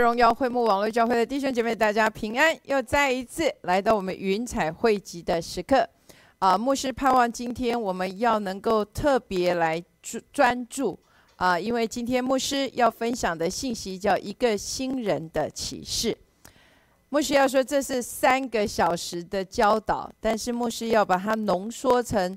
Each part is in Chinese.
荣耀会幕网络教会的弟兄姐妹，大家平安，又再一次来到我们云彩汇集的时刻。牧师盼望今天我们要能够特别来专注因为今天牧师要分享的信息叫一个新人的启示。牧师要说这是3个小时的教导，但是牧师要把它浓缩成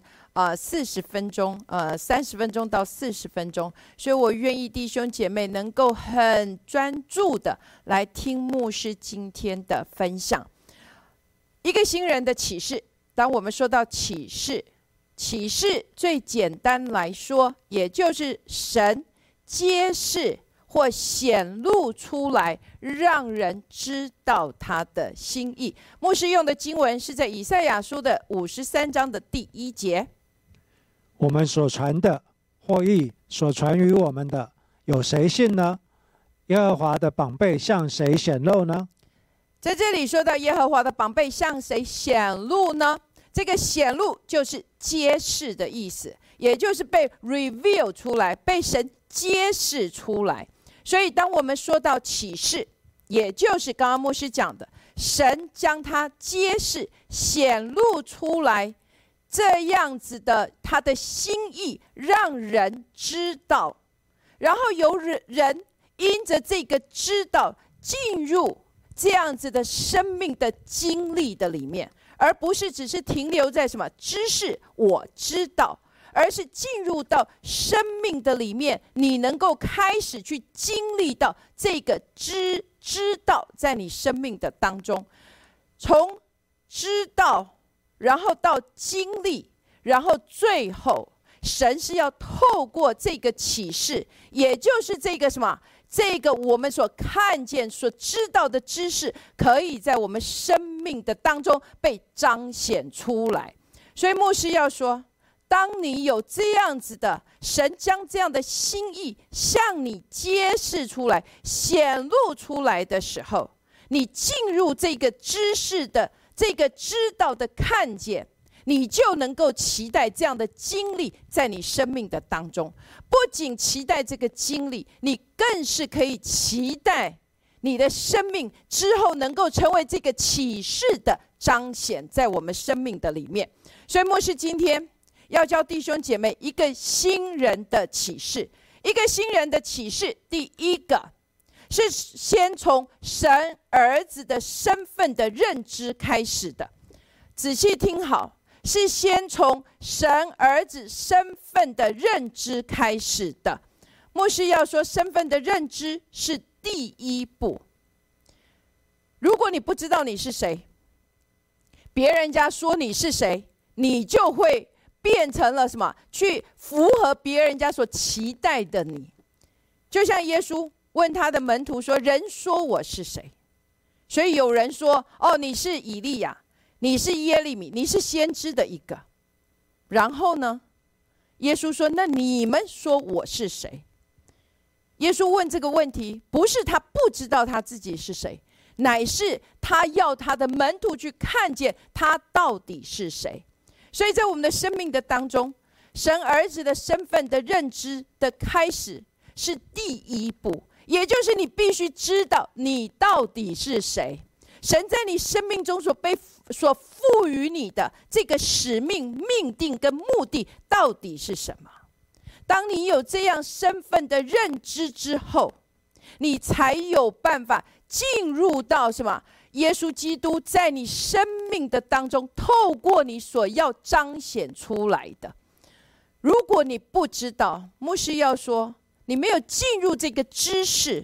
40分钟，30分钟到40分钟，所以我愿意弟兄姐妹能够很专注的来听牧师今天的分享。一个新人的启示，当我们说到启示最简单来说，也就是神揭示或显露出来，让人知道他的心意。牧师用的经文是在以赛亚书的53章的第1节。 我们所传的或译所传于我们的，有谁信呢？耶和华的膀臂向谁显露呢？ 在这里说到耶和华的膀臂向谁显露呢？这个显露就是揭示的意思，也就是被 reveal 出来，被神揭示出来。所以当我们说到启示，也就是刚刚牧师讲的，神将它揭示显露出来，这样子的他的心意让人知道，然后由人因着这个知道进入这样子的生命的经历的里面，而不是只是停留在什么知识我知道，而是进入到生命的里面，你能够开始去经历到这个知道在你生命的当中，从知道然后到经历，然后最后神是要透过这个启示，也就是这个什么，这个我们所看见所知道的知识，可以在我们生命的当中被彰显出来。所以牧师要说，当你有这样子的神将这样的心意向你揭示出来显露出来的时候，你进入这个知识的这个知道的看见，你就能够期待这样的经历在你生命的当中。不仅期待这个经历，你更是可以期待你的生命之后能够成为这个启示的彰显在我们生命的里面。所以牧师今天要教弟兄姐妹一个新人的启示。一个新人的启示，第一个是先从神儿子的身份的认知开始的。仔细听好，是先从神儿子身份的认知开始的。牧师要说，身份的认知是第一步。如果你不知道你是谁，别人家说你是谁，你就会变成了什么？去符合别人家所期待的你。就像耶稣问他的门徒说，人说我是谁？所以有人说，你是以利亚，你是耶利米，你是先知的一个。然后呢，耶稣说，那你们说我是谁？耶稣问这个问题，不是他不知道他自己是谁，乃是他要他的门徒去看见他到底是谁。所以在我们的生命的当中，神儿子的身份的认知的开始是第一步，也就是你必须知道你到底是谁。神在你生命中所赋予你的这个使命、命定跟目的到底是什么？当你有这样身份的认知之后，你才有办法进入到什么？耶稣基督在你生命的当中，透过你所要彰显出来的。如果你不知道，牧师要说，你没有进入这个知识。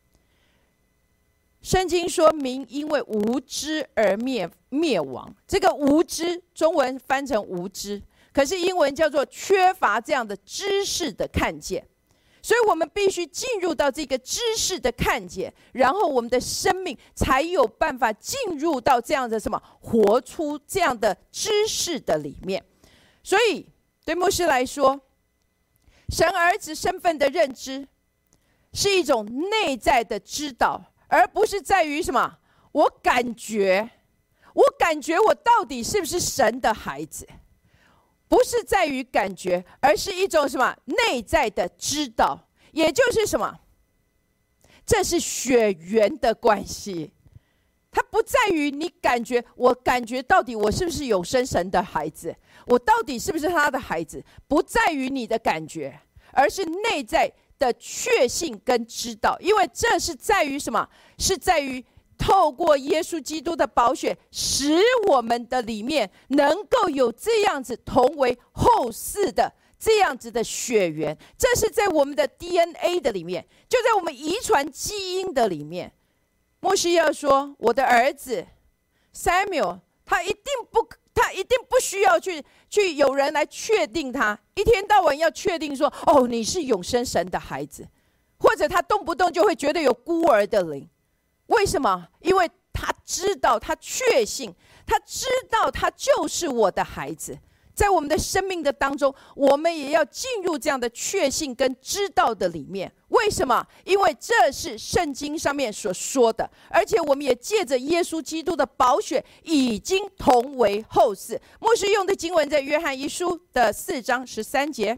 圣经说明因为无知而灭亡，这个无知中文翻成无知，可是英文叫做缺乏这样的知识的看见。所以我们必须进入到这个知识的看见，然后我们的生命才有办法进入到这样的什么，活出这样的知识的里面。所以对牧师来说，神儿子身份的认知是一种内在的知道，而不是在于什么，我感觉我到底是不是神的孩子。不是在于感觉，而是一种什么内在的知道，也就是什么， 这是血缘的关系。它不在于你我感觉到底我是不是永生神的孩子，我到底是不是他的孩子，不在于你的感觉，而是内在的确信跟知道。因为这是在于什么？是在于透过耶稣基督的宝血，使我们的里面能够有这样子同为后嗣的这样子的血缘。这是在我们的 DNA 的里面，就在我们遗传基因的里面。默西要说，我的儿子 Samuel， 他一定不需要去有人来确定他，一天到晚要确定说，哦，你是永生神的孩子，或者他动不动就会觉得有孤儿的灵。为什么？因为他知道，他确信，他知道他就是我的孩子。在我们的生命的当中，我们也要进入这样的确信跟知道的里面。为什么？因为这是圣经上面所说的，而且我们也借着耶稣基督的宝血，已经同为后嗣。牧师用的经文在约翰一书的4章13节。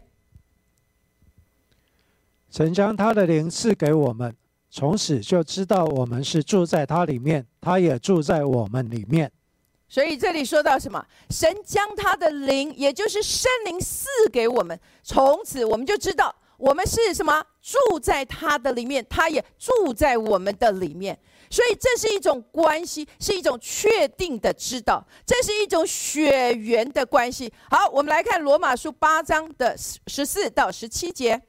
曾将他的灵赐给我们，从此就知道我们是住在他里面，他也住在我们里面。 所以这里说到什么？神将他的灵，也就是圣灵赐给我们，从此我们就知道我们是什么？住在他的里面，他也住在我们的里面。所以这是一种关系，是一种确定的知道，这是一种血缘的关系。好，我们来看罗马书8章的14到17节。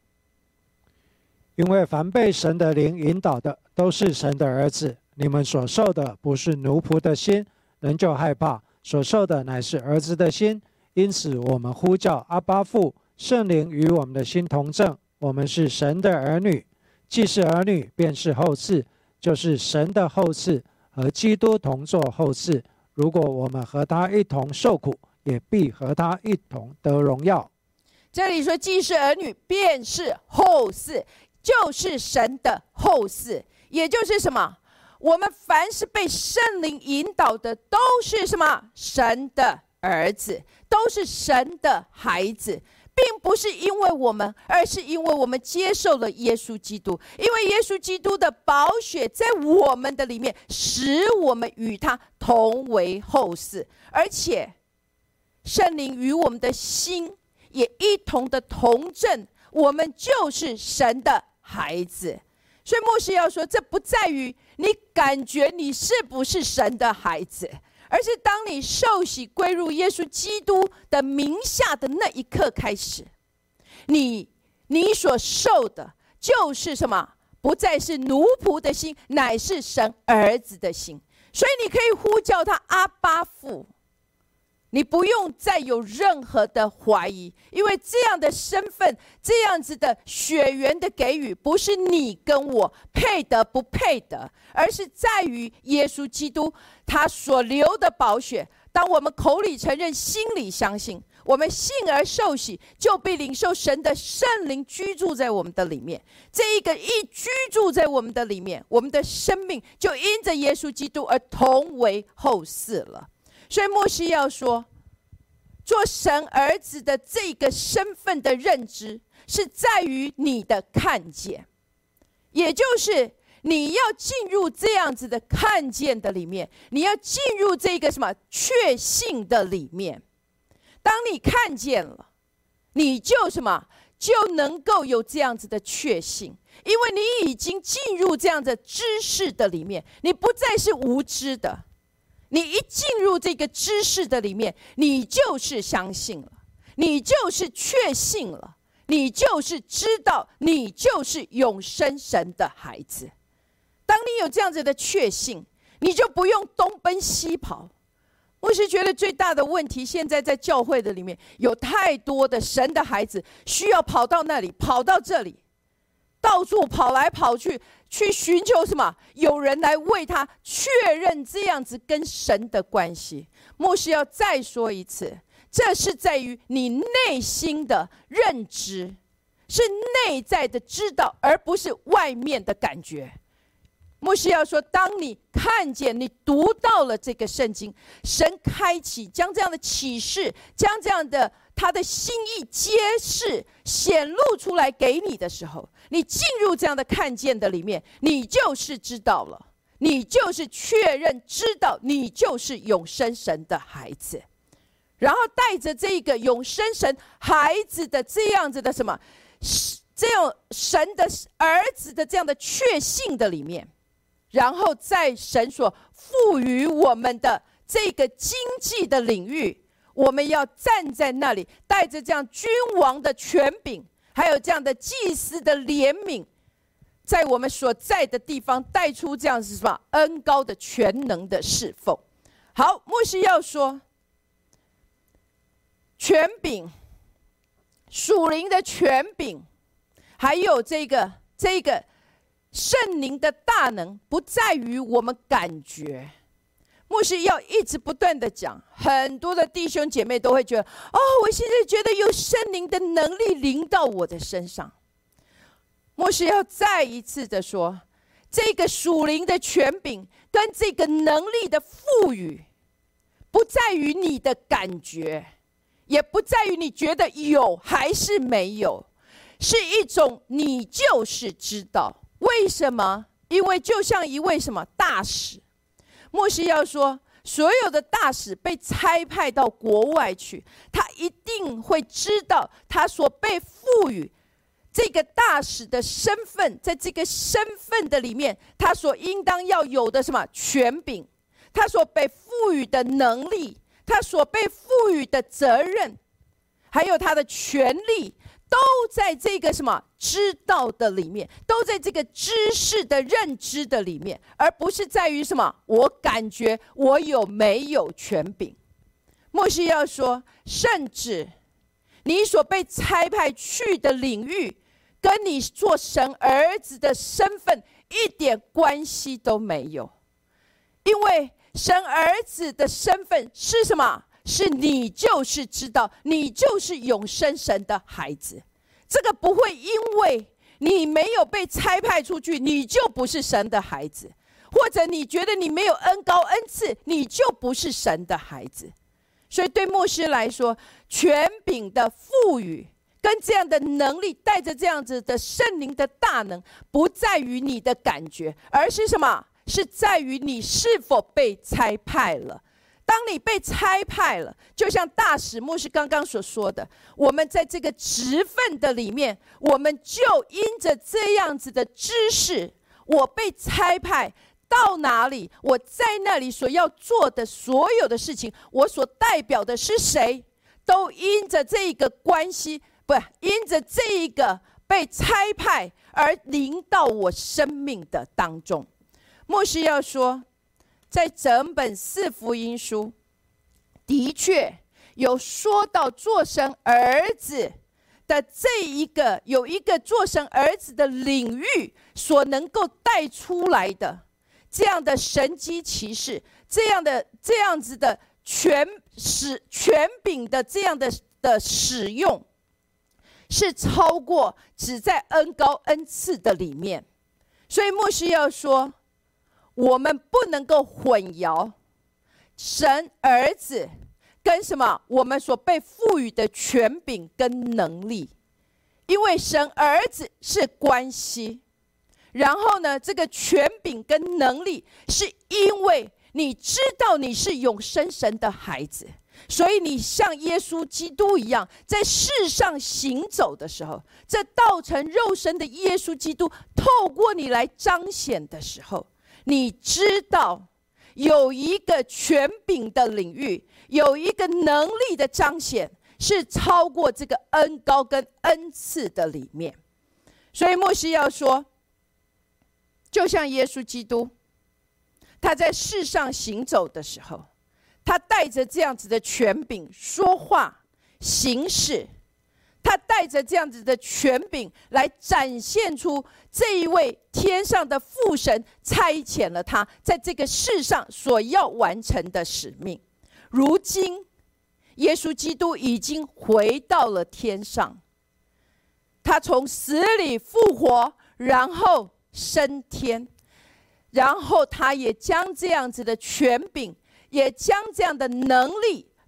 因为凡被神的灵引导的，都是神的儿子。你们所受的不是奴仆的心，人就害怕；所受的乃是儿子的心。因此我们呼叫阿爸父，圣灵与我们的心同证，我们是神的儿女。既是儿女，便是后嗣，就是神的后嗣，和基督同作后嗣。如果我们和他一同受苦，也必和他一同得荣耀。 这里说，既是儿女，便是后嗣，就是神的后嗣。也就是什么？我们凡是被圣灵引导的，都是什么？神的儿子，都是神的孩子，并不是因为我们，而是因为我们接受了耶稣基督。因为耶稣基督的宝血在我们的里面，使我们与他同为后嗣，而且圣灵与我们的心也一同的同证，我们就是神的孩子。所以牧师要说，这不在于你感觉你是不是神的孩子，而是当你受洗归入耶稣基督的名下的那一刻开始，你所受的就是什么？不再是奴仆的心，乃是神儿子的心。所以你可以呼叫他阿爸父，你不用再有任何的怀疑，因为这样的身份，这样子的血缘的给予，不是你跟我配得不配得，而是在于耶稣基督他所流的宝血。当我们口里承认，心里相信，我们信而受洗，就必领受神的圣灵居住在我们的里面。这一个一居住在我们的里面，我们的生命就因着耶稣基督而同为后嗣了。所以牧师要说，做神儿子的这个身份的认知，是在于你的看见，也就是你要进入这样子的看见的里面，你要进入这个什么确信的里面。当你看见了，你就什么就能够有这样子的确信，因为你已经进入这样的知识的里面，你不再是无知的。你一进入这个知识的里面，你就是相信了，你就是确信了，你就是知道，你就是永生神的孩子。当你有这样子的确信，你就不用东奔西跑。我是觉得最大的问题，现在在教会的里面，有太多的神的孩子需要跑到那里，跑到这里，到处跑来跑去，去寻求什么？有人来为他确认这样子跟神的关系。牧师要再说一次，这是在于你内心的认知，是内在的知道，而不是外面的感觉。牧师要说，当你看见，你读到了这个圣经，神开启，将这样的启示，将这样的他的心意揭示显露出来给你的时候，你进入这样的看见的里面，你就是知道了，你就是确认知道你就是永生神的孩子，然后带着这个永生神孩子的这样子的什么，这样神的儿子的这样的确信的里面，然后在神所赋予我们的这个经济的领域，我们要站在那里，带着这样君王的权柄，还有这样的祭司的怜悯，在我们所在的地方带出这样子什么恩膏的全能的侍奉。好，牧师要说，权柄，属灵的权柄，还有这个圣灵的大能，不在于我们感觉。牧师要一直不断的讲，很多的弟兄姐妹都会觉得，我现在觉得有圣灵的能力临到我的身上。牧师要再一次的说，这个属灵的权柄跟这个能力的赋予，不在于你的感觉，也不在于你觉得有还是没有，是一种你就是知道。为什么？因为就像一位什么大使，牧师要说，所有的大使被差派到国外去，他一定会知道他所被赋予这个大使的身份，在这个身份的里面，他所应当要有的什么权柄，他所被赋予的能力，他所被赋予的责任，还有他的权利，都在这个什么知道的里面，都在这个知识的认知的里面，而不是在于什么我感觉我有没有权柄。牧师要说，甚至你所被差派去的领域，跟你做神儿子的身份一点关系都没有，因为神儿子的身份是什么？是你就是知道，你就是永生神的孩子。这个不会因为你没有被差派出去，你就不是神的孩子，或者你觉得你没有恩膏恩赐，你就不是神的孩子。所以对牧师来说，权柄的赋予跟这样的能力，带着这样子的圣灵的大能，不在于你的感觉，而是什么？是在于你是否被差派了。当你被差派了，就像大使牧师刚刚所说的，我们在这个职分的里面，我们就因着这样子的知识，我被差派到哪里，我在那里所要做的所有的事情，我所代表的是谁，都因着这一个关系，不，因着这一个被差派而临到我生命的当中。牧师要说，在整本四福音书，的确有说到做神儿子的这一个，有一个做神儿子的领域所能够带出来的这样的神迹奇事，这样子的权柄的这样的使用，是超过只在恩膏恩赐的里面。所以牧师要说，我们不能够混淆神儿子跟什么我们所被赋予的权柄跟能力，因为神儿子是关系，然后呢，这个权柄跟能力是因为你知道你是永生神的孩子，所以你像耶稣基督一样，在世上行走的时候，这道成肉身的耶稣基督透过你来彰显的时候，你知道有一个权柄的领域，有一个能力的彰显，是超过这个恩膏跟恩赐的里面。所以牧师要说，就像耶稣基督，他在世上行走的时候，他带着这样子的权柄说话行事，他带着这样子的权柄来展现出这一位天上的父神差遣了他在这个世上所要完成的使命。如今耶稣基督已经回到了天上，他从死里复活，然后升天，然后他也将这样子的权柄，也将这样的能力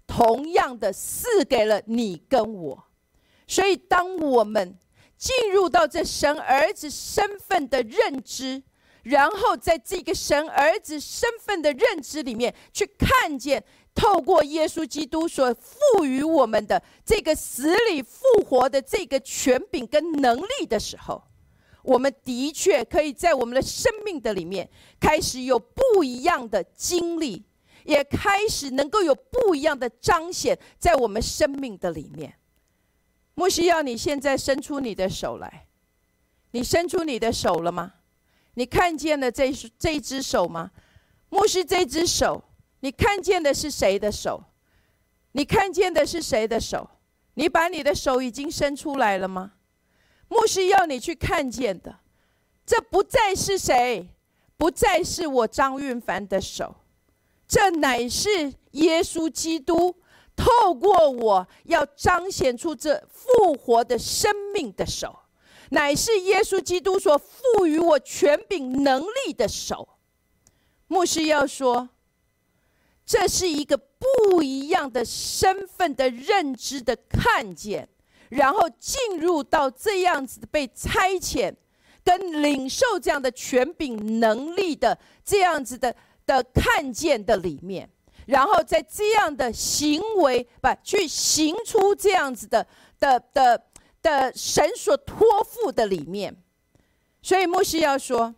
同样的赐给了你跟我。所以当我们进入到这神儿子身份的认知，然后在这个神儿子身份的认知里面去看见透过耶稣基督所赋予我们的这个死里复活的这个权柄跟能力的时候，我们的确可以在我们的生命的里面开始有不一样的经历，也开始能够有不一样的彰显在我们生命的里面。牧师要你现在伸出你的手来，你伸出你的手了吗？你看见了这一只手吗？牧师这只手，你看见的是谁的手？你看见的是谁的手？你把你的手已经伸出来了吗？牧师要你去看见的，这不再是谁，不再是我张运凡的手，这乃是耶稣基督透过我要彰显出这复活的生命的手，乃是耶稣基督所赋予我权柄能力的手。牧师要说，这是一个不一样的身份的认知的看见，然后进入到这样子的被差遣跟领受这样的权柄能力的这样子的看见的里面，然后在这样的行为去行出这样子的神所托付的里面。所以牧师要说，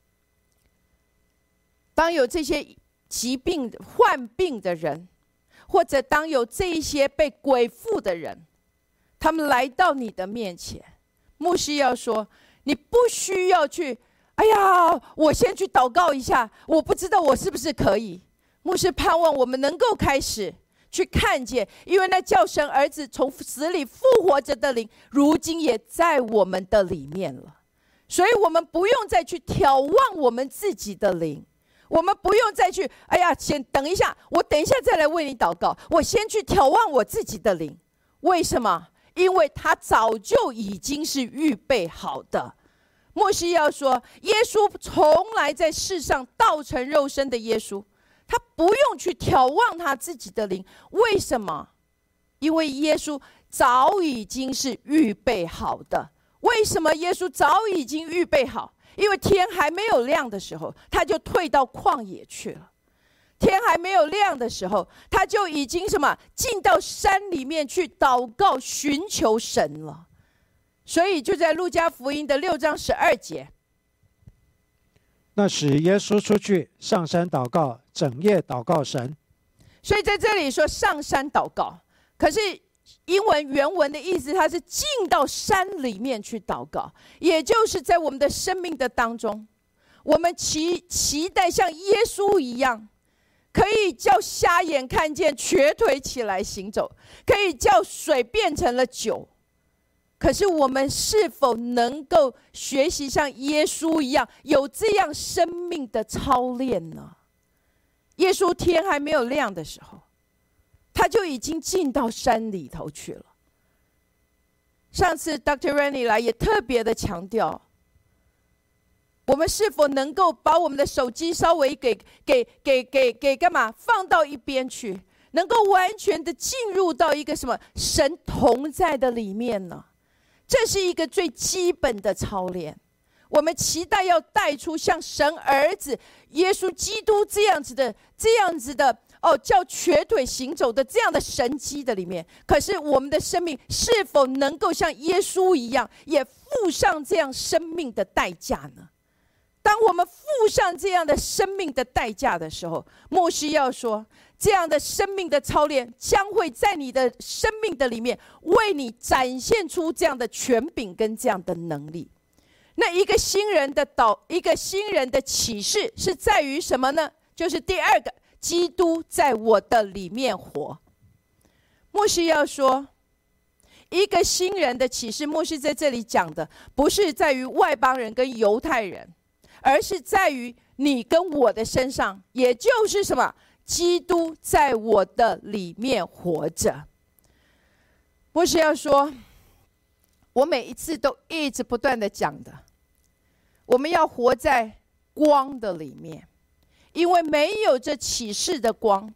当有这些疾病患病的人，或者当有这一些被鬼附的人，他们来到你的面前，牧师要说，你不需要去哎呀我先去祷告一下，我不知道我是不是可以。牧师盼望我们能够开始去看见，因为那叫神儿子从死里复活着的灵，如今也在我们的里面了。所以我们不用再去眺望我们自己的灵，我们不用再去哎呀先等一下，我等一下再来为你祷告，我先去眺望我自己的灵。为什么？因为他早就已经是预备好的。牧师要说，耶稣从来在世上道成肉身的耶稣，他不用去眺望他自己的灵。为什么？因为耶稣早已经是预备好的。为什么耶稣早已经预备好？因为天还没有亮的时候，他就退到旷野去了。天还没有亮的时候，他就已经什么进到山里面去祷告寻求神了。所以就在路加福音的6章12节， 那时耶稣出去上山祷告，整夜祷告神。 所以在这里说上山祷告，可是英文原文的意思，它是进到山里面去祷告，也就是在我们的生命的当中，我们期待像耶稣一样，可以叫瞎眼看见，瘸腿起来行走，可以叫水变成了酒。可是我们是否能够学习像耶稣一样，有这样生命的操练呢？耶稣天还没有亮的时候，他就已经进到山里头去了。上次 Dr. Rennie 来也特别的强调，我们是否能够把我们的手机稍微给干嘛放到一边去，能够完全的进入到一个什么神同在的里面呢？这是一个最基本的操练。我们期待要带出像神儿子耶稣基督这样子的叫瘸腿行走的这样的神迹的里面，可是我们的生命是否能够像耶稣一样，也付上这样生命的代价呢？当我们付上这样的生命的代价的时候，牧师要说，这样的生命的操练将会在你的生命的里面为你展现出这样的权柄跟这样的能力。那一个新人的启示是在于什么呢？就是第二个，基督在我的里面活。牧师要说，一个新人的启示，牧师在这里讲的不是在于外邦人跟犹太人，而是在于你跟我的身上，也就是什么？基督在我的里面活着。牧师要说，我每一次都一直不断的讲的，我们要活在光的里面，因为没有这启示的光，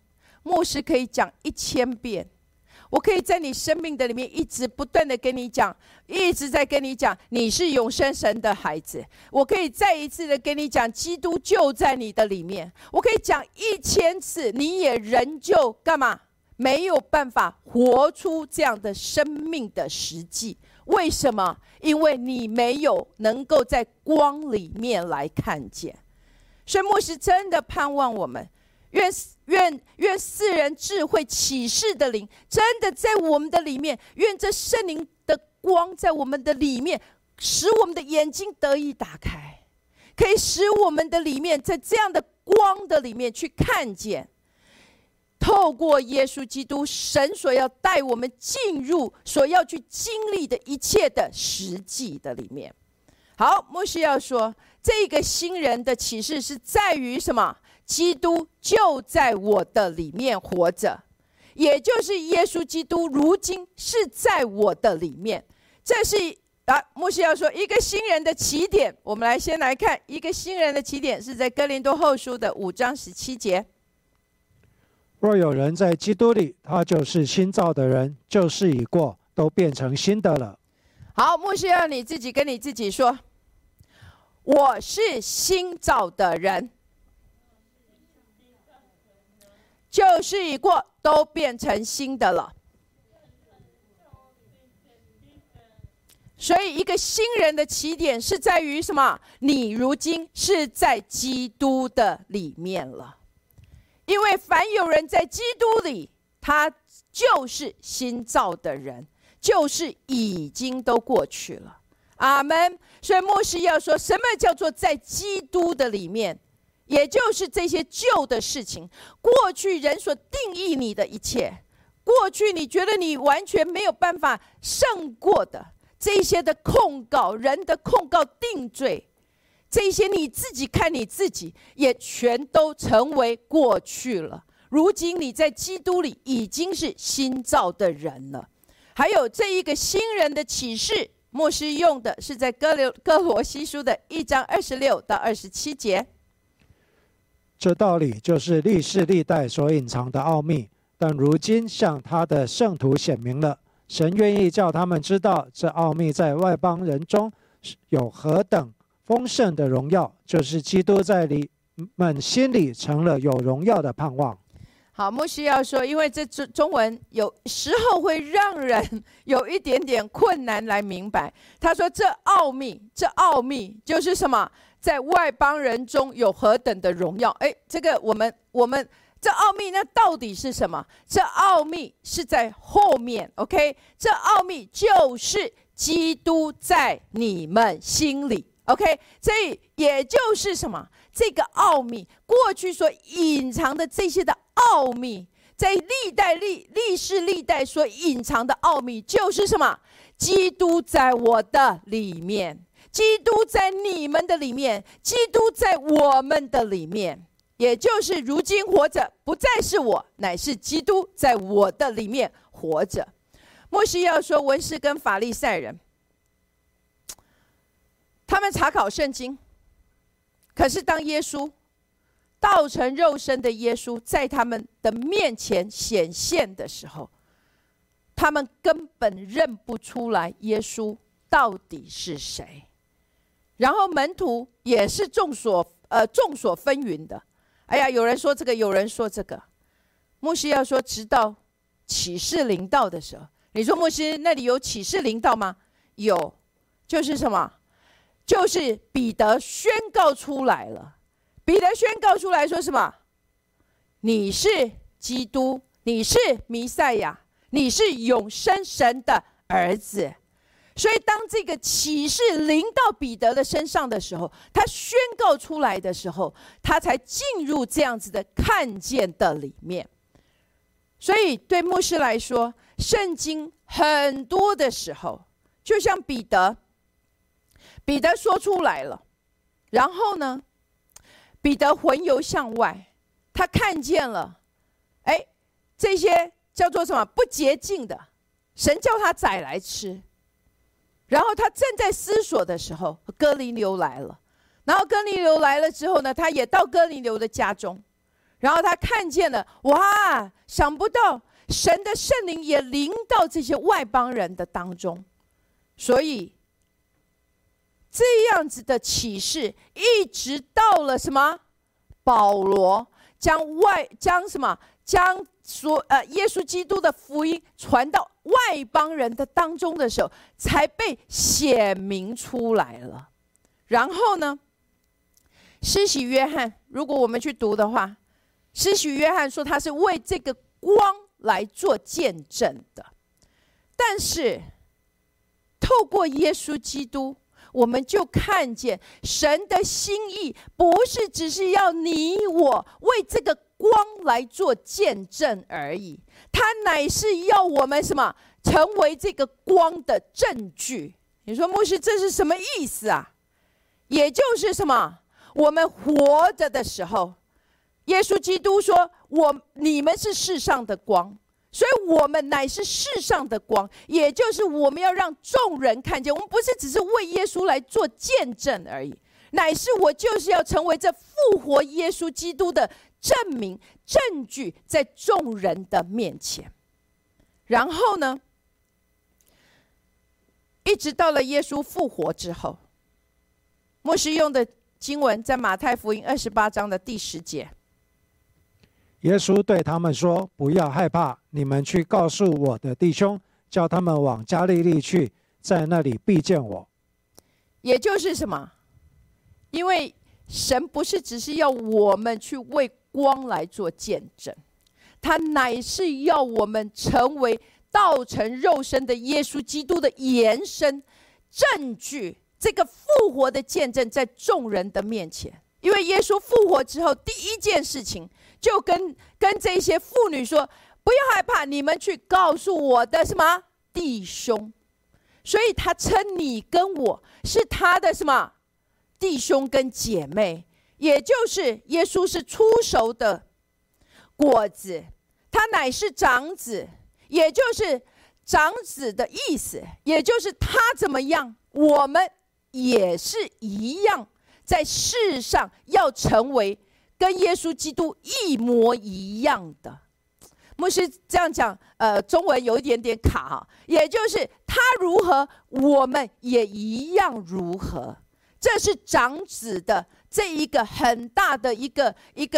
牧师可以讲1000遍，我可以在你生命的里面一直不断的跟你讲，一直在跟你讲，你是永生神的孩子。我可以再一次的跟你讲，基督就在你的里面。我可以讲1000次，你也仍旧干嘛？没有办法活出这样的生命的实际。为什么？因为你没有能够在光里面来看见。所以牧师真的盼望我们，愿赐人智慧启示的灵真的在我们的里面，愿这圣灵的光在我们的里面，使我们的眼睛得以打开，可以使我们的里面在这样的光的里面去看见，透过耶稣基督，神所要带我们进入，所要去经历的一切的实际的里面。好，牧师要说，这个新人的启示是在于什么？基督就在我的里面活着，也就是耶稣基督如今是在我的里面。这是牧师要说一个新人的起点。我们先来看一个新人的起点，是在哥林多后书的5章17节。 若有人在基督里，他就是新造的人，旧事已过，都变成新的了。 好，牧师要你自己跟你自己说，我是新造的人，旧事已过，都变成新的了。所以一个新人的起点是在于什么？你如今是在基督的里面了。因为凡有人在基督里，他就是新造的人，旧事已经都过去了。阿们。所以牧师要说，什么叫做在基督的里面？也就是这些旧的事情，过去人所定义你的一切，过去你觉得你完全没有办法胜过的这些的控告，人的控告定罪，这些你自己看你自己也全都成为过去了。如今你在基督里已经是新造的人了。还有这一个新人的启示，牧师用的是在哥罗西书的1章26到27节。 这道理就是历世历代所隐藏的奥秘，但如今向他的圣徒显明了。神愿意叫他们知道，这奥秘在外邦人中有何等丰盛的荣耀，就是基督在你们心里成了有荣耀的盼望。 好，牧师要说，因为这中文有时候会让人有一点点困难来明白。他说这奥秘就是什么？在外邦人中有何等的荣耀。这个我们这奥秘那到底是什么？这奥秘是在后面 OK， 这奥秘就是基督在你们心里 OK， 所以也就是什么？这个奥秘过去所隐藏的这些的奥秘，在历世历代所隐藏的奥秘就是什么？基督在我的里面，基督在你们的里面，基督在我们的里面。也就是如今活着不再是我，乃是基督在我的里面活着。牧师要说，文士跟法利赛人他们查考圣经，可是当耶稣道成肉身的耶稣在他们的面前显现的时候，他们根本认不出来耶稣到底是谁。然后门徒也是众所纷纭的。有人说这个，有人说这个。牧师要说，直到启示临到的时候，你说牧师那里有启示临到吗？有，就是什么？就是彼得宣告出来了。彼得宣告出来说什么？你是基督，你是弥赛亚，你是永生神的儿子。所以当这个启示临到彼得的身上的时候，他宣告出来的时候，他才进入这样子的看见的里面。所以对牧师来说，圣经很多的时候就像彼得说出来了，然后呢，彼得魂游向外，他看见了这些叫做什么不洁净的，神叫他宰来吃。然后他正在思索的时候，哥尼流来了。然后哥尼流来了之后呢，他也到哥尼流的家中。 然后他看见了，哇，想不到神的圣灵也临到这些外邦人的当中，所以这样子的启示一直到了什么？保罗将耶稣基督的福音传到外邦人的当中的时候，才被显明出来了。然后呢，施洗约翰，如果我们去读的话，施洗约翰说他是为这个光来做见证的。但是透过耶稣基督，我们就看见神的心意不是只是要你我为这个光来做见证而已，它乃是要我们什么？成为这个光的证据。你说牧师，这是什么意思啊？也就是什么？我们活着的时候，耶稣基督说你们是世上的光，所以我们乃是世上的光，也就是我们要让众人看见。我们不是只是为耶稣来做见证而已，乃是我就是要成为这复活耶稣基督的证明证据，在众人的面前。然后呢，一直到了耶稣复活之后，牧师用的经文在马太福音28章的第10节。 耶稣对他们说：“不要害怕，你们去告诉我的弟兄，叫他们往加利利去，在那里必见我。” 也就是什么？因为神不是只是要我们去为光来做见证，他乃是要我们成为道成肉身的耶稣基督的延伸证据，这个复活的见证在众人的面前。因为耶稣复活之后，第一件事情就跟这些妇女说：“不要害怕，你们去告诉我的什么弟兄。”所以他称你跟我是他的什么弟兄跟姐妹，也就是耶稣是初熟的果子，他乃是长子，也就是长子的意思，也就是他怎么样，我们也是一样，在世上要成为跟耶稣基督一模一样的。牧师这样讲，中文有一点点卡哈，也就是他如何，我们也一样如何。这是长子的这一个很大的一个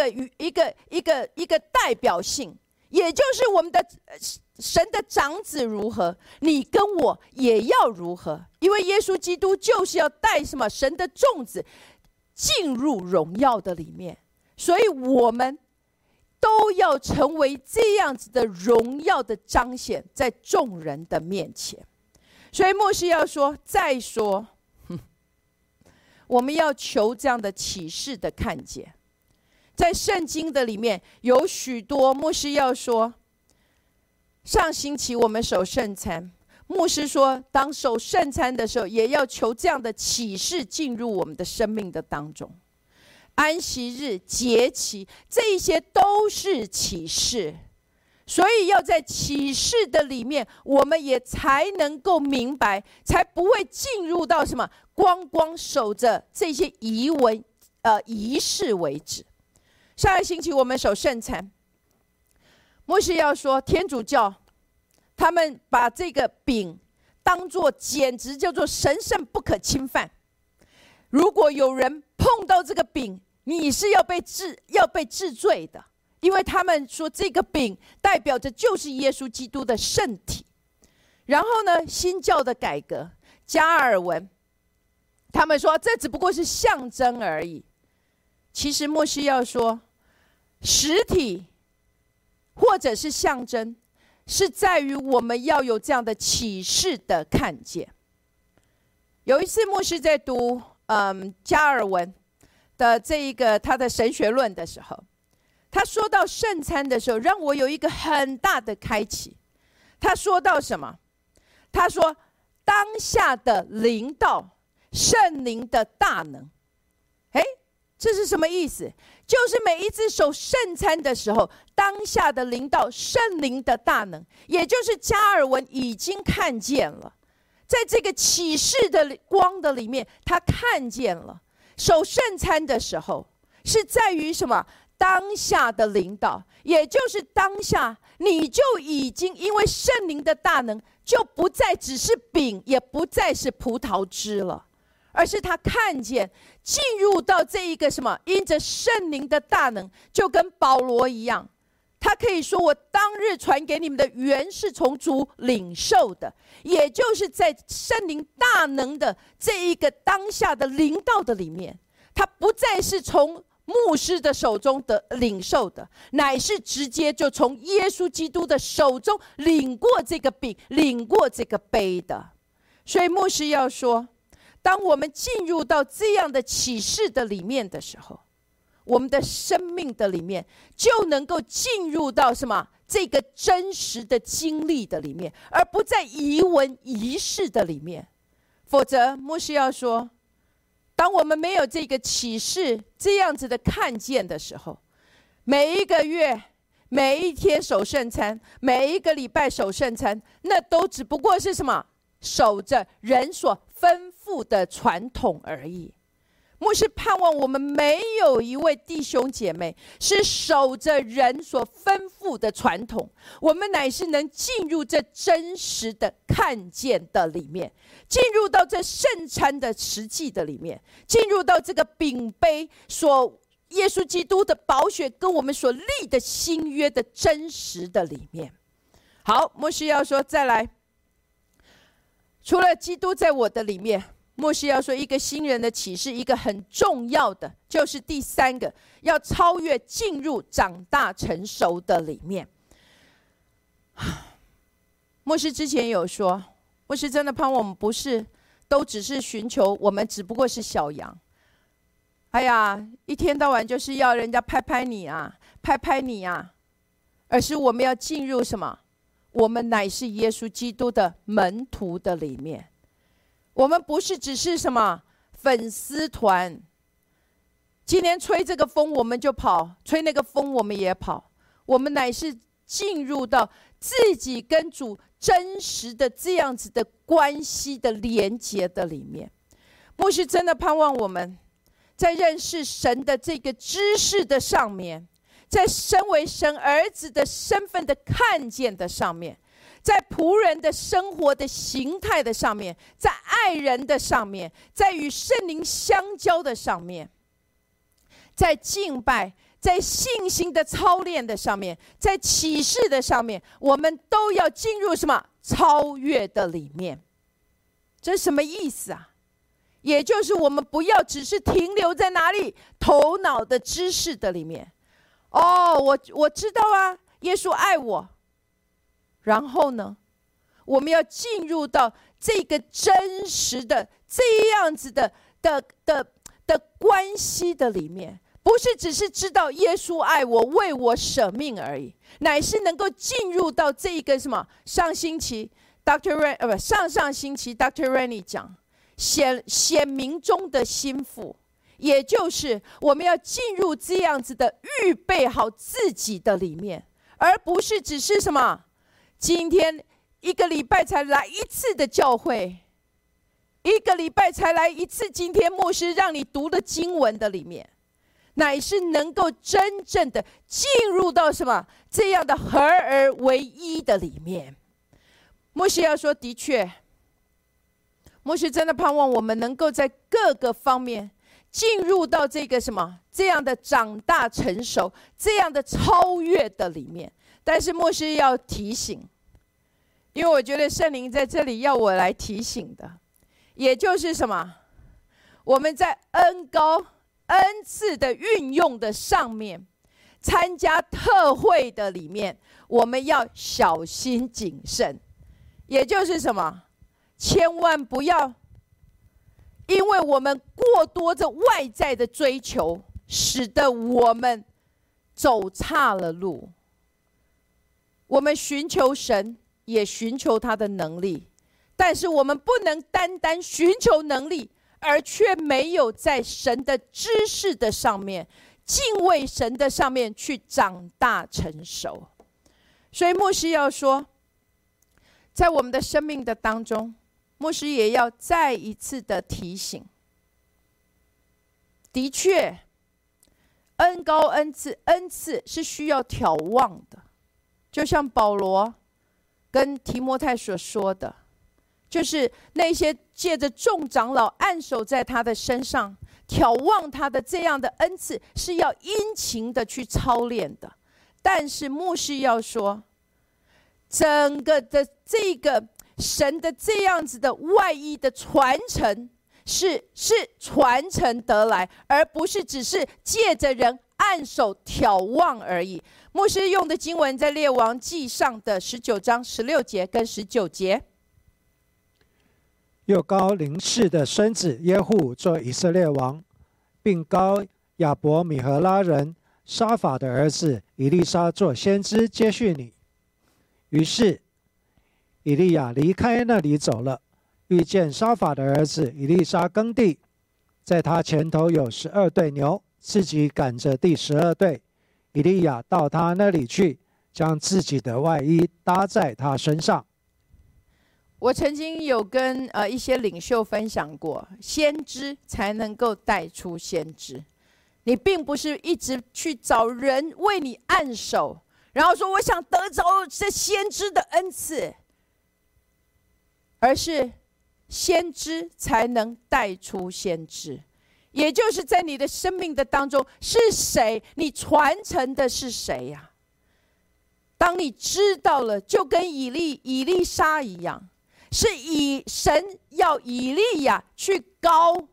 代表性，也就是我们的神的长子如何，你跟我也要如何。因为耶稣基督就是要带什么神的种子进入荣耀的里面，所以我们都要成为这样子的荣耀的彰显在众人的面前。所以牧师要说，再说我们要求这样的启示的看见。在圣经的里面有许多，牧师要说，上星期我们守圣餐，牧师说当守圣餐的时候也要求这样的启示进入我们的生命的当中。安息日、节期，这一些都是启示，所以要在启示的里面，我们也才能够明白，才不会进入到什么光守着这些仪式为止。上个星期我们守圣餐，牧师要说天主教他们把这个饼当作简直叫做神圣不可侵犯，如果有人碰到这个饼，你是要被治罪的，因为他们说这个饼代表着就是耶稣基督的圣体。然后呢，新教的改革，加尔文他们说这只不过是象征而已。其实牧师要说，实体或者是象征，是在于我们要有这样的启示的看见。有一次牧师在读加尔文的这一个他的神学论的时候，他说到圣餐的时候，让我有一个很大的开启。他说到什么？他说当下的临到圣灵的大能。这是什么意思？就是每一次守圣餐的时候，当下的临到圣灵的大能，也就是加尔文已经看见了，在这个启示的光的里面，他看见了守圣餐的时候是在于什么？ 当下的领导，也就是当下你就已经因为圣灵的大能，就不再只是饼，也不再是葡萄汁了，而是他看见进入到这一个什么，因着圣灵的大能，就跟保罗一样，他可以说我当日传给你们的原是从主领受的，也就是在圣灵大能的这一个当下的领导的里面，他不再是从牧师的手中的领受的，乃是直接就从耶稣基督的手中领过这个饼，领过这个杯的。所以牧师要说，当我们进入到这样的启示的里面的时候，我们的生命的里面就能够进入到什么？这个真实的经历的里面，而不在遗文仪式的里面。否则牧师要说，当我们没有这个启示这样子的看见的时候，每一个月每一天守圣餐，每一个礼拜守圣餐，那都只不过是什么？守着人所吩咐的传统而已。牧师盼望我们没有一位弟兄姐妹是守着人所吩咐的传统，我们乃是能进入这真实的看见的里面，进入到这圣餐的实际的里面，进入到这个饼杯所耶稣基督的宝血跟我们所立的新约的真实的里面。好，牧师要说，再来，除了基督在我的里面，牧师要说一个新人的启示，一个很重要的就是第三个，要超越进入长大成熟的里面。牧师之前有说，牧师真的盼望我们不是都只是寻求我们只不过是小羊，哎呀，一天到晚就是要人家拍拍你啊，拍拍你啊，而是我们要进入什么？我们乃是耶稣基督的门徒的里面。我们不是只是什么粉丝团，今天吹这个风我们就跑，吹那个风我们也跑。我们乃是进入到自己跟主真实的这样子的关系的连结的里面。牧师真的盼望我们在认识神的这个知识的上面，在身为神儿子的身份的看见的上面，在仆人的生活的形态的上面，在爱人的上面，在与圣灵相交的上面，在敬拜，在信心的操练的上面，在启示的上面，我们都要进入什么？超越的里面。这是什么意思啊？也就是我们不要只是停留在哪里？头脑的知识的里面。哦，我知道啊，耶稣爱我。然后呢，我们要进入到这个真实的这样子的关系的里面，不是只是知道耶稣爱我，为我舍命而已，乃是能够进入到这个什么？上星期 上星期 Dr. Rennie 讲显明中的心腹，也就是我们要进入这样子的预备好自己的里面，而不是只是什么？今天一个礼拜才来一次的教会，一个礼拜才来一次，今天牧师让你读的经文的里面，乃是能够真正的进入到什么？这样的合而为一的里面。牧师要说，的确，牧师真的盼望我们能够在各个方面进入到这个什么？这样的长大成熟，这样的超越的里面。但是牧师要提醒，因为我觉得圣灵在这里要我来提醒的，也就是什么？我们在恩膏恩赐的运用的上面，参加特会的里面，我们要小心谨慎。也就是什么？千万不要因为我们过多这外在的追求，使得我们走岔了路。我们寻求神，也寻求他的能力，但是我们不能单单寻求能力，而却没有在神的知识的上面、敬畏神的上面去长大成熟。所以牧师要说，在我们的生命的当中，牧师也要再一次的提醒，的确恩膏恩赐，恩赐是需要眺望的，就像保罗跟提摩太所说的，就是那些借着众长老按手在他的身上，眺望他的这样的恩赐，是要殷勤的去操练的。但是牧师要说，整个的这个神的这样子的外衣的传承，是传承得来，而不是只是借着人按手眺望而已。牧师用的经文在列王记上的19章16节跟19节。 又膏临氏的孙子耶户做以色列王，并膏亚伯米和拉人沙法的儿子以利沙做先知，接续你。于是以利亚离开那里走了，遇见沙法的儿子以利沙耕地，在他前头有12对牛，自己赶着第12对。以利亚到他那里去，将自己的外衣搭在他身上。 我曾经有跟一些领袖分享过，先知才能够带出先知。你并不是一直去找人为你按手，然后说我想得着这先知的恩赐，而是先知才能带出先知。也就是在你的生命的当中，是谁？你传承的是谁呀？当你知道了，就跟以利沙一样，是神要以利亚去膏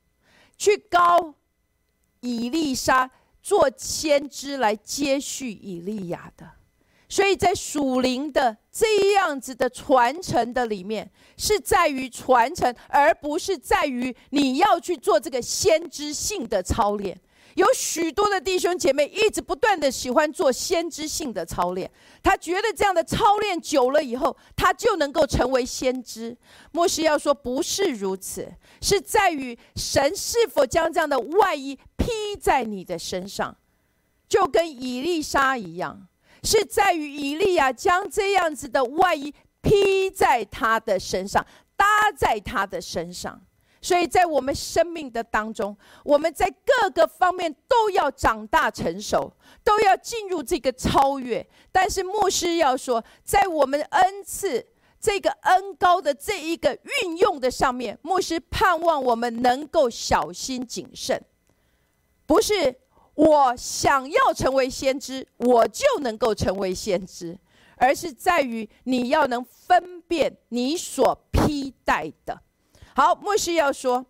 以利沙做先知来接续以利亚的。所以在属灵的这样子的传承的里面，是在于传承，而不是在于你要去做这个先知性的操练。有许多的弟兄姐妹一直不断的喜欢做先知性的操练，他觉得这样的操练久了以后，他就能够成为先知。牧师要说不是如此，是在于神是否将这样的外衣披在你的身上，就跟以利沙一样，是在于以利亚将这样子的外衣披在他的身上，搭在他的身上。所以在我们生命的当中，我们在各个方面都要长大成熟，都要进入这个超越。但是牧师要说，在我们恩赐这个恩膏的这一个运用的上面，牧师盼望我们能够小心谨慎，不是我想要成为先知，我就能够成为先知，而是在于你要能分辨你所披戴的。好，牧师要说，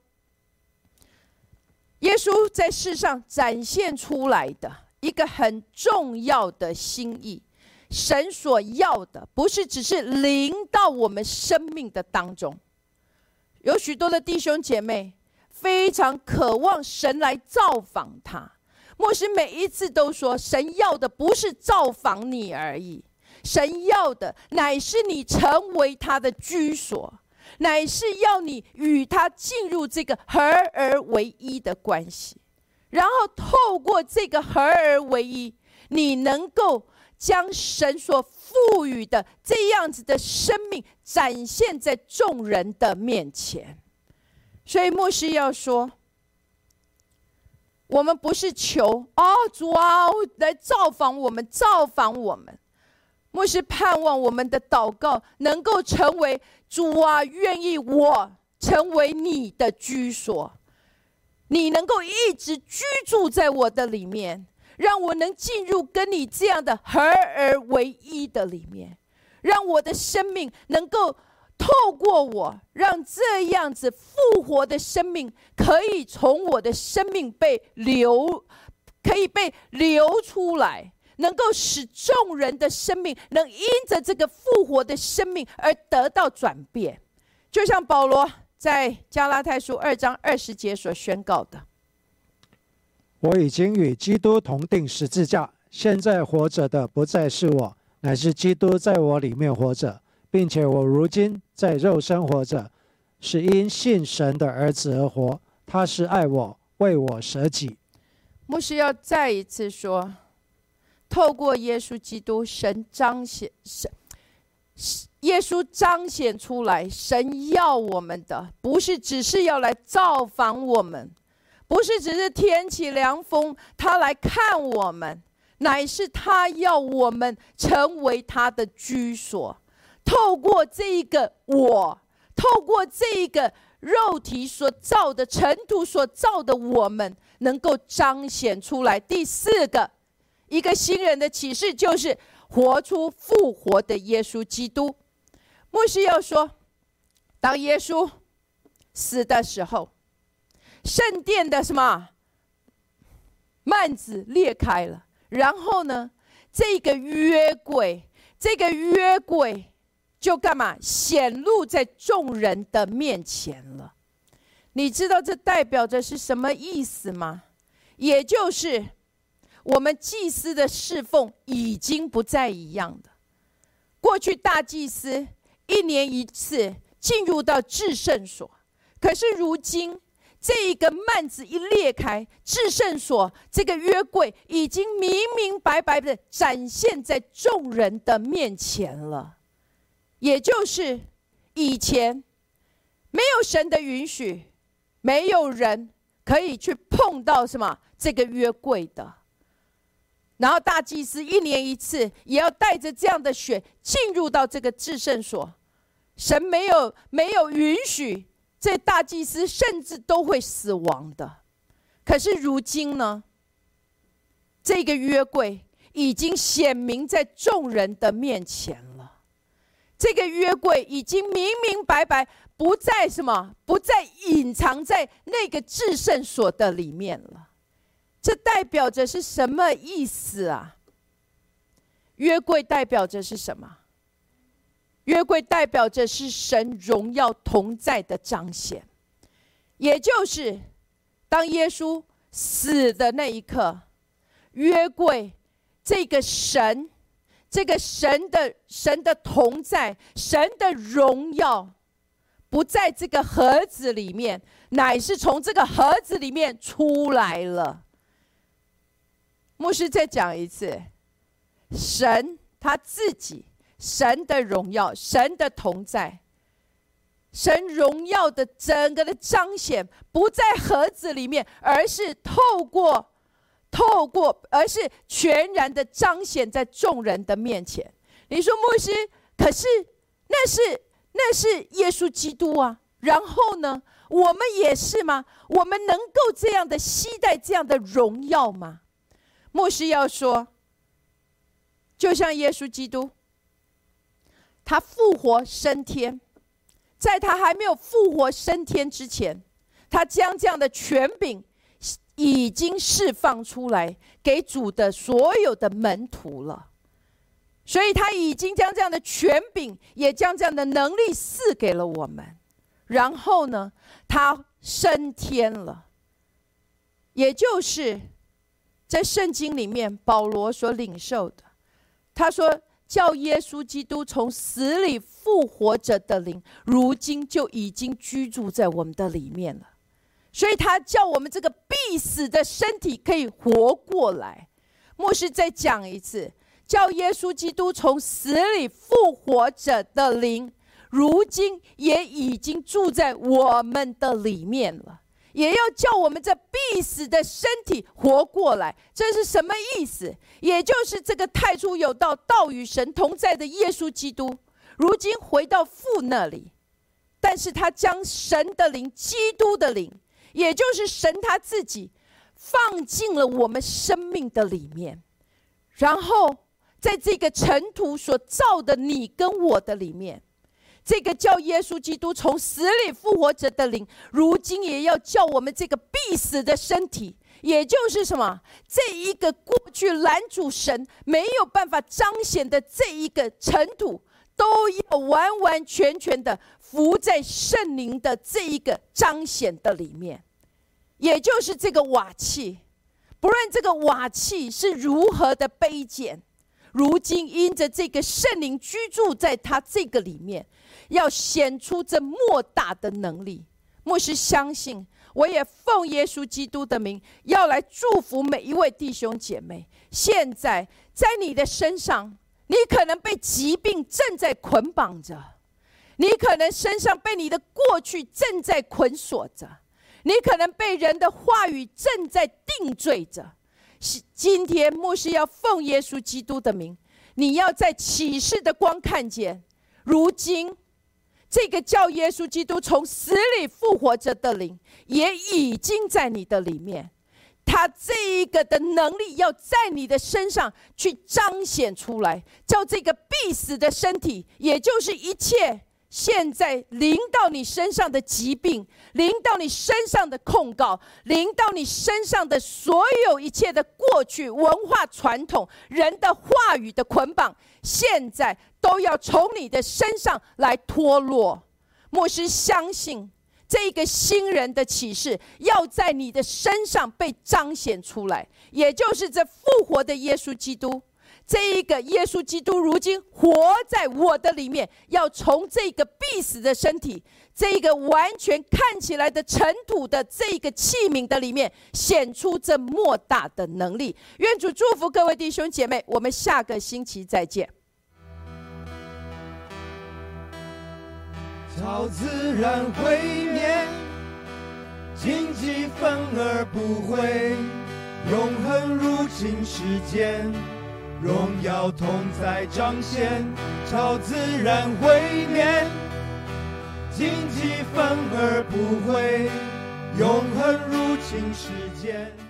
耶稣在世上展现出来的一个很重要的心意，神所要的不是只是临到我们生命的当中。有许多的弟兄姐妹非常渴望神来造访他，牧师每一次都说，神要的不是造访你而已，神要的乃是你成为他的居所，乃是要你与他进入这个合而为一的关系，然后透过这个合而为一，你能够将神所赋予的这样子的生命展现在众人的面前。所以牧师要说，我们不是求主啊来造访我们，造访我们。牧师盼望我们的祷告能够成为，主啊，愿意我成为你的居所，你能够一直居住在我的里面，让我能进入跟你这样的合而为一的里面，让我的生命能够透过我，让这样子复活的生命可以从我的生命可以被流出来，能够使众人的生命能因着这个复活的生命而得到转变。就像保罗在加拉太书2章20节所宣告的， 我已经与基督同定十字架，现在活着的不再是我，乃是基督在我里面活着，并且我如今在肉身活着，是因信神的儿子而活，他是爱我，为我舍己。 牧师要再一次说，透过耶稣基督，耶稣彰显出来，神要我们的不是只是要来造访我们， 不是只是天起凉风，他来看我们，乃是他要我们成为他的居所。透过这一个我，透过这一个肉体所造的尘土所造的我们，能够彰显出来。第四个，一个新人的启示，就是活出复活的耶稣基督。牧师要说，当耶稣死的时候，圣殿的什么幔子裂开了，然后呢，这个约柜就干嘛？显露在众人的面前了。你知道这代表着是什么意思吗？也就是我们祭司的侍奉已经不再一样的。过去大祭司1年1次进入到至圣所，可是如今这一个幔子一裂开，至圣所这个约柜已经明明白白的展现在众人的面前了。也就是以前没有神的允许，没有人可以去碰到什么这个约柜的。然后大祭司1年1次也要带着这样的血进入到这个至圣所，神没有允许，这大祭司甚至都会死亡的。可是如今呢，这个约柜已经显明在众人的面前了。这个约柜已经明明白白，不再什么，不再隐藏在那个至圣所的里面了。这代表着是什么意思啊？约柜代表着是什么？约柜代表着是神荣耀同在的彰显，也就是当耶稣死的那一刻，约柜这个神的同在，神的荣耀不在这个盒子里面，乃是从这个盒子里面出来了。牧师再讲一次，神他自己，神的荣耀，神的同在，神荣耀的整个的彰显不在盒子里面，而是而是全然的彰显在众人的面前。你说牧师，可是那是耶稣基督啊，然后呢，我们也是吗？我们能够这样的期待这样的荣耀吗？牧师要说，就像耶稣基督，他复活升天，在他还没有复活升天之前，他将这样的权柄已经释放出来给主的所有的门徒了。所以他已经将这样的权柄，也将这样的能力赐给了我们。然后呢，他升天了，也就是在圣经里面保罗所领受的。他说，叫耶稣基督从死里复活者的灵，如今就已经居住在我们的里面了。所以他叫我们这个必死的身体可以活过来。牧师再讲一次，叫耶稣基督从死里复活者的灵，如今也已经住在我们的里面了，也要叫我们这必死的身体活过来。这是什么意思？也就是这个太初有道，道与神同在的耶稣基督，如今回到父那里，但是他将神的灵，基督的灵，也就是神他自己，放进了我们生命的里面，然后在这个尘土所造的你跟我的里面，这个叫耶稣基督从死里复活者的灵，如今也要叫我们这个必死的身体，也就是什么？这一个过去拦阻神没有办法彰显的这一个尘土，都要完完全全的伏在圣灵的这一个彰显的里面。也就是这个瓦器，不论这个瓦器是如何的卑贱，如今因着这个圣灵居住在他这个里面，要显出这莫大的能力。牧师相信，我也奉耶稣基督的名，要来祝福每一位弟兄姐妹。现在在你的身上，你可能被疾病正在捆绑着，你可能身上被你的过去正在捆锁着， 你可能被人的话语正在定罪着。今天牧师要奉耶稣基督的名，你要在启示的光看见，如今这个叫耶稣基督从死里复活着的灵，也已经在你的里面。他这一个的能力要在你的身上去彰显出来，叫这个必死的身体，也就是一切现在临到你身上的疾病，临到你身上的控告，临到你身上的所有一切的过去文化传统、人的话语的捆绑，现在都要从你的身上来脱落。牧师相信这个新人的启示要在你的身上被彰显出来，也就是这复活的耶稣基督。这一个耶稣基督如今活在我的里面，要从这个必死的身体，这一个完全看起来的尘土的这个器皿的里面，显出这莫大的能力。愿主祝福各位弟兄姐妹，我们下个星期再见。 超自然毁灭，荆棘反而不会，永恒入侵世间，荣耀同在彰显。超自然毁灭，荆棘反而不会，永恒入侵世间。